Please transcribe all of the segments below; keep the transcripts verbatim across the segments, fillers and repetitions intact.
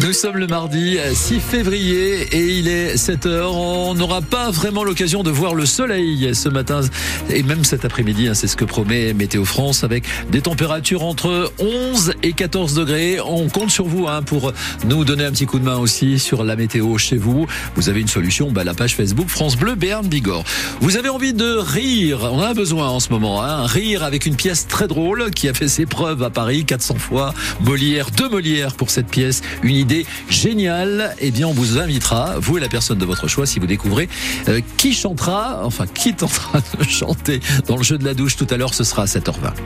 Nous sommes le mardi six février et il est sept heures. On n'aura pas vraiment l'occasion de voir le soleil ce matin et même cet après-midi. C'est ce que promet Météo France avec des températures entre onze et quatorze degrés. On compte sur vous hein, pour nous donner un petit coup de main aussi sur la météo chez vous. Vous avez une solution, bah, la page Facebook France Bleu Béarn Bigorre. Vous avez envie de rire. On a besoin en ce moment. Hein, rire avec une pièce très drôle qui a fait ses preuves à Paris quatre cents fois. Molière, deux Molières pour cette pièce. Une idée géniale. Eh bien, on vous invitera, vous et la personne de votre choix, si vous découvrez euh, qui chantera, enfin, qui tentera de chanter dans le jeu de la douche tout à l'heure. Ce sera à sept heures vingt.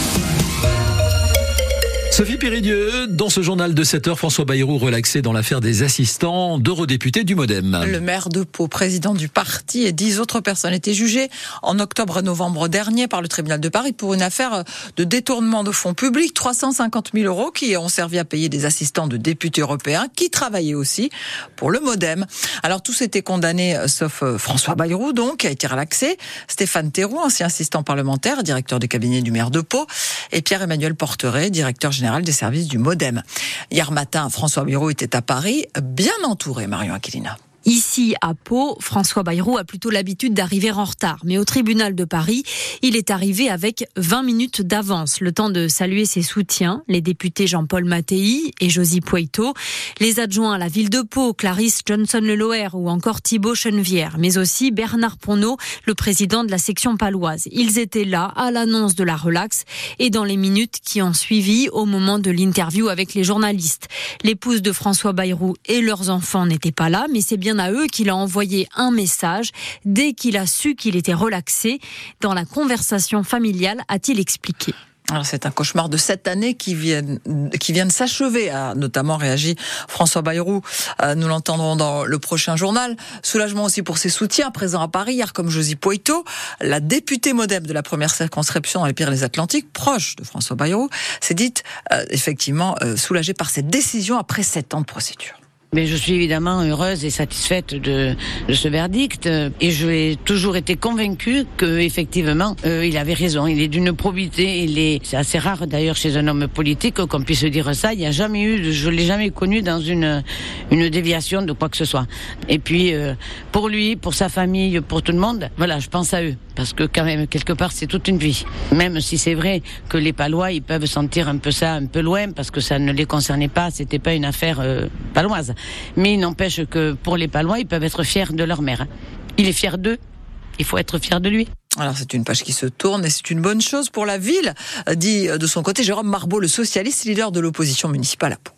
Sophie Péridieu, dans ce journal de sept heures, François Bayrou relaxé dans l'affaire des assistants d'eurodéputés du Modem. Le maire de Pau, président du parti et dix autres personnes étaient jugées en octobre et novembre dernier par le tribunal de Paris pour une affaire de détournement de fonds publics, trois cent cinquante mille euros qui ont servi à payer des assistants de députés européens qui travaillaient aussi pour le Modem. Alors tous étaient condamnés sauf François Bayrou donc, qui a été relaxé, Stéphane Théroux, ancien assistant parlementaire, directeur du cabinet du maire de Pau, et Pierre-Emmanuel Porteret, directeur général des services du Modem. Hier matin, François Bayrou était à Paris, bien entouré, Marion Aquilina. Ici, à Pau, François Bayrou a plutôt l'habitude d'arriver en retard. Mais au tribunal de Paris, il est arrivé avec vingt minutes d'avance. Le temps de saluer ses soutiens, les députés Jean-Paul Mattei et Josie Poitou, les adjoints à la ville de Pau, Clarisse Johnson-Leloer ou encore Thibaut Chenevière, mais aussi Bernard Ponneau, le président de la section paloise. Ils étaient là à l'annonce de la relaxe et dans les minutes qui ont suivi au moment de l'interview avec les journalistes. L'épouse de François Bayrou et leurs enfants n'étaient pas là, mais c'est bien à eux qu'il a envoyé un message dès qu'il a su qu'il était relaxé. Dans la conversation familiale, a-t-il expliqué. Alors c'est un cauchemar de sept années qui viennent qui vient de s'achever, a notamment réagi François Bayrou. Euh, nous l'entendrons dans le prochain journal. Soulagement aussi pour ses soutiens présents à Paris hier, comme Josie Poitou, la députée Modem de la première circonscription dans les Pyrénées-Atlantiques, proche de François Bayrou, s'est dite euh, effectivement euh, soulagée par cette décision après sept ans de procédure. Mais je suis évidemment heureuse et satisfaite de, de ce verdict et j'ai toujours été convaincue que effectivement euh, il avait raison. Il est d'une probité, il est c'est assez rare d'ailleurs chez un homme politique qu'on puisse dire ça. Il n'y a jamais eu, je l'ai jamais connu dans une une déviation de quoi que ce soit. Et puis euh, pour lui, pour sa famille, pour tout le monde, voilà, je pense à eux parce que quand même quelque part c'est toute une vie. Même si c'est vrai que les Palois ils peuvent sentir un peu ça un peu loin parce que ça ne les concernait pas, c'était pas une affaire euh, paloise. Mais il n'empêche que pour les Palois, ils peuvent être fiers de leur maire. Il est fier d'eux, il faut être fier de lui. Alors c'est une page qui se tourne et c'est une bonne chose pour la ville, dit de son côté Jérôme Marbeau, le socialiste leader de l'opposition municipale à Pau.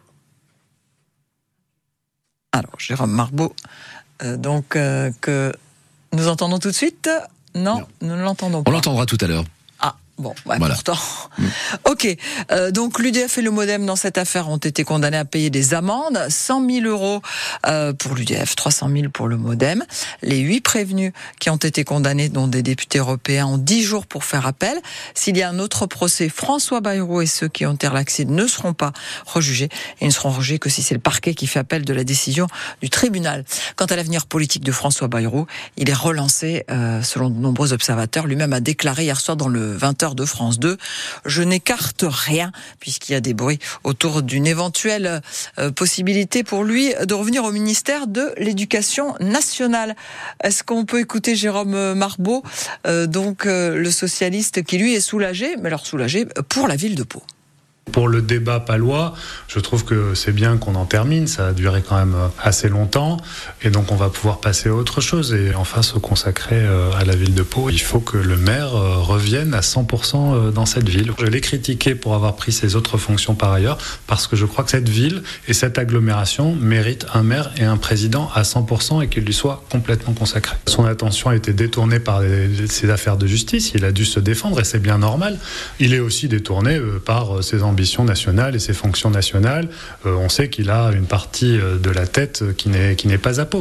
Alors Jérôme Marbeau, euh, donc euh, que nous entendons tout de suite. Non, non. Nous ne l'entendons pas. On l'entendra tout à l'heure. Bon, ouais, voilà. Pourtant. Mmh. Ok, euh, donc l'U D F et le Modem dans cette affaire ont été condamnés à payer des amendes, cent mille euros euh, pour l'U D F, trois cent mille pour le Modem. Les huit prévenus qui ont été condamnés, dont des députés européens, ont dix jours pour faire appel. S'il y a un autre procès, François Bayrou et ceux qui ont été relaxés ne seront pas rejugés et ne seront rejugés que si c'est le parquet qui fait appel de la décision du tribunal. Quant à l'avenir politique de François Bayrou, il est relancé, euh, selon de nombreux observateurs. Lui-même a déclaré hier soir dans le vingt heures de France deux, je n'écarte rien, puisqu'il y a des bruits autour d'une éventuelle euh, possibilité pour lui de revenir au ministère de l'Éducation nationale. Est-ce qu'on peut écouter Jérôme Marbeau, euh, donc euh, le socialiste qui lui est soulagé, mais alors soulagé pour la ville de Pau? Pour le débat palois, je trouve que c'est bien qu'on en termine, ça a duré quand même assez longtemps, et donc on va pouvoir passer à autre chose et enfin se consacrer à la ville de Pau. Il faut que le maire revienne à cent pour cent dans cette ville. Je l'ai critiqué pour avoir pris ses autres fonctions par ailleurs, parce que je crois que cette ville et cette agglomération méritent un maire et un président à cent pour cent et qu'il lui soit complètement consacré. Son attention a été détournée par les, ses affaires de justice, il a dû se défendre et c'est bien normal. Il est aussi détourné par ses ambitions nationales et ses fonctions nationales. Euh, on sait qu'il a une partie de la tête qui n'est, qui n'est pas à Pau.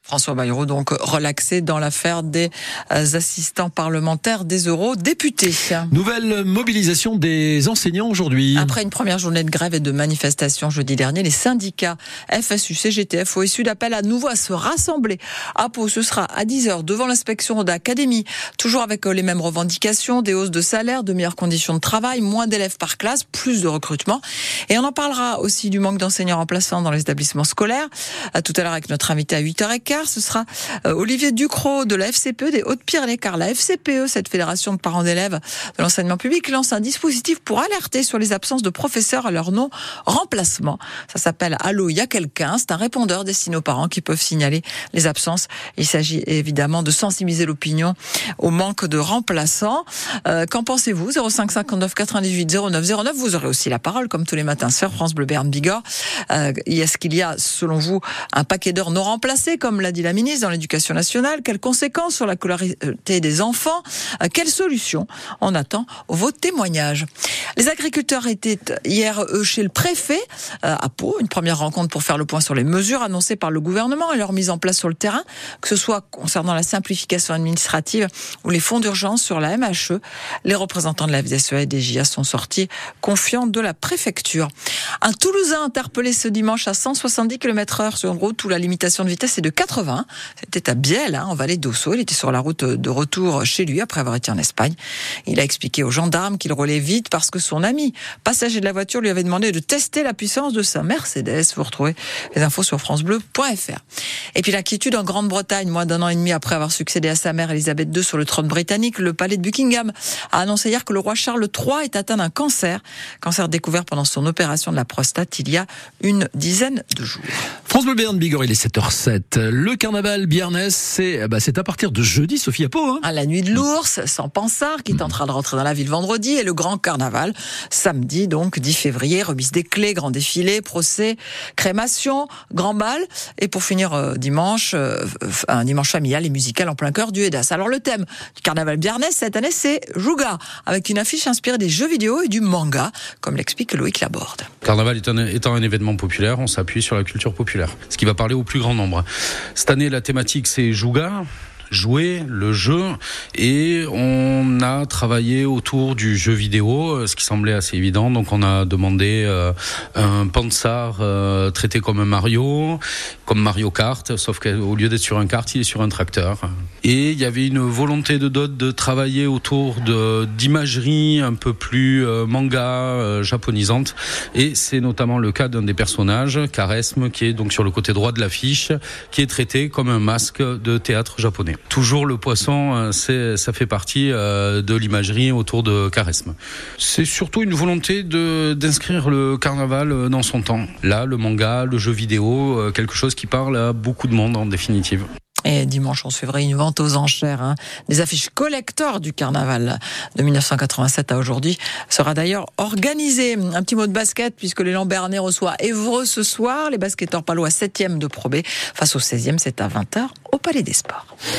François Bayrou, donc relaxé dans l'affaire des assistants parlementaires des eurodéputés. Nouvelle mobilisation des enseignants aujourd'hui. Après une première journée de grève et de manifestation jeudi dernier, les syndicats F S U, C G T F ont issu d'appel à nouveau à se rassembler à Pau. Ce sera à dix heures devant l'inspection d'académie, toujours avec les mêmes revendications, des hausses de salaire, de meilleures conditions de travail, moins d'élèves par classe, plus de recrutement. Et on en parlera aussi du manque d'enseignants remplaçants dans les établissements scolaires. À tout à l'heure avec notre invité à huit heures quinze. Ce sera Olivier Ducrot de la F C P E des Hautes-Pyrénées, car la F C P E, cette fédération de parents d'élèves de l'enseignement public, lance un dispositif pour alerter sur les absences de professeurs à leur non-remplacement. Ça s'appelle Allô, il y a quelqu'un. C'est un répondeur destiné aux parents qui peuvent signaler les absences. Il s'agit évidemment de sensibiliser l'opinion au manque de remplaçants. Euh, qu'en pensez-vous? zéro cinq cinquante-neuf quatre-vingt-dix-huit zéro neuf zéro neuf. Vous aurez aussi la parole, comme tous les matins sur France Bleu Béarn Bigorre. Euh, est-ce qu'il y a, selon vous, un paquet d'heures non remplacées, comme l'a dit la ministre, dans l'éducation nationale? Quelles conséquences sur la scolarité des enfants? euh, Quelles solutions? On attend vos témoignages. Les agriculteurs étaient hier, eux, chez le préfet euh, à Pau. Une première rencontre pour faire le point sur les mesures annoncées par le gouvernement et leur mise en place sur le terrain, que ce soit concernant la simplification administrative ou les fonds d'urgence sur la M H E. Les représentants de la F D S E A et des J A sont sortis confiants de la préfecture. Un Toulousain interpellé ce dimanche à cent soixante-dix kilomètres heure sur une route où la limitation de vitesse est de quatre-vingts. C'était à Biel, hein, en vallée d'Ossau. Il était sur la route de retour chez lui après avoir été en Espagne. Il a expliqué aux gendarmes qu'il roulait vite parce que son ami, passager de la voiture, lui avait demandé de tester la puissance de sa Mercedes. Vous retrouvez les infos sur francebleu point f r. Et puis l'inquiétude en Grande-Bretagne, moins d'un an et demi après avoir succédé à sa mère Elisabeth deux sur le trône britannique, le palais de Buckingham a annoncé hier que le roi Charles trois est atteint d'un cancer. Cancer découvert pendant son opération de la prostate il y a une dizaine de jours. France Bleu Béarn Bigorre, il est sept heures sept. Le carnaval biarnais, c'est, bah, c'est à partir de jeudi, Sophie à Pau. Hein. À la nuit de l'ours, sans Pansard, qui est en train de rentrer dans la ville vendredi, et le grand carnaval, samedi, donc, dix février, remise des clés, grand défilé, procès, crémation, grand bal, et pour finir euh, dimanche, euh, un dimanche familial et musical en plein cœur du Hédas. Alors le thème du carnaval biarnais cette année, c'est Jouga, avec une affiche inspirée des jeux vidéo et du manga, comme l'explique Loïc Laborde. Carnaval étant un, étant un événement populaire, on s'appuie sur la culture populaire, ce qui va parler au plus grand nombre. Cette année, la thématique, c'est Jouga. Jouer, le jeu, et on a travaillé autour du jeu vidéo, ce qui semblait assez évident. Donc on a demandé euh, un Pansard euh, traité comme un Mario, comme Mario Kart, sauf qu'au lieu d'être sur un kart, il est sur un tracteur. Et il y avait une volonté de Dot de travailler autour de, d'imagerie un peu plus euh, manga, euh, japonisante, et c'est notamment le cas d'un des personnages, Karesme, qui est donc sur le côté droit de l'affiche, qui est traité comme un masque de théâtre japonais. Toujours le poisson, c'est, ça fait partie euh, de l'imagerie autour de Karesme. C'est surtout une volonté de, d'inscrire le carnaval dans son temps. Là, le manga, le jeu vidéo, euh, quelque chose qui parle à beaucoup de monde en définitive. Et dimanche onze février, une vente aux enchères hein, des affiches collector du carnaval de dix-neuf cent quatre-vingt-sept à aujourd'hui sera d'ailleurs organisée. Un petit mot de basket, puisque l'élan béarnais reçoit Évreux ce soir. Les basketteurs palois septième de Pro B face au seizième, c'est à vingt heures au Palais des Sports.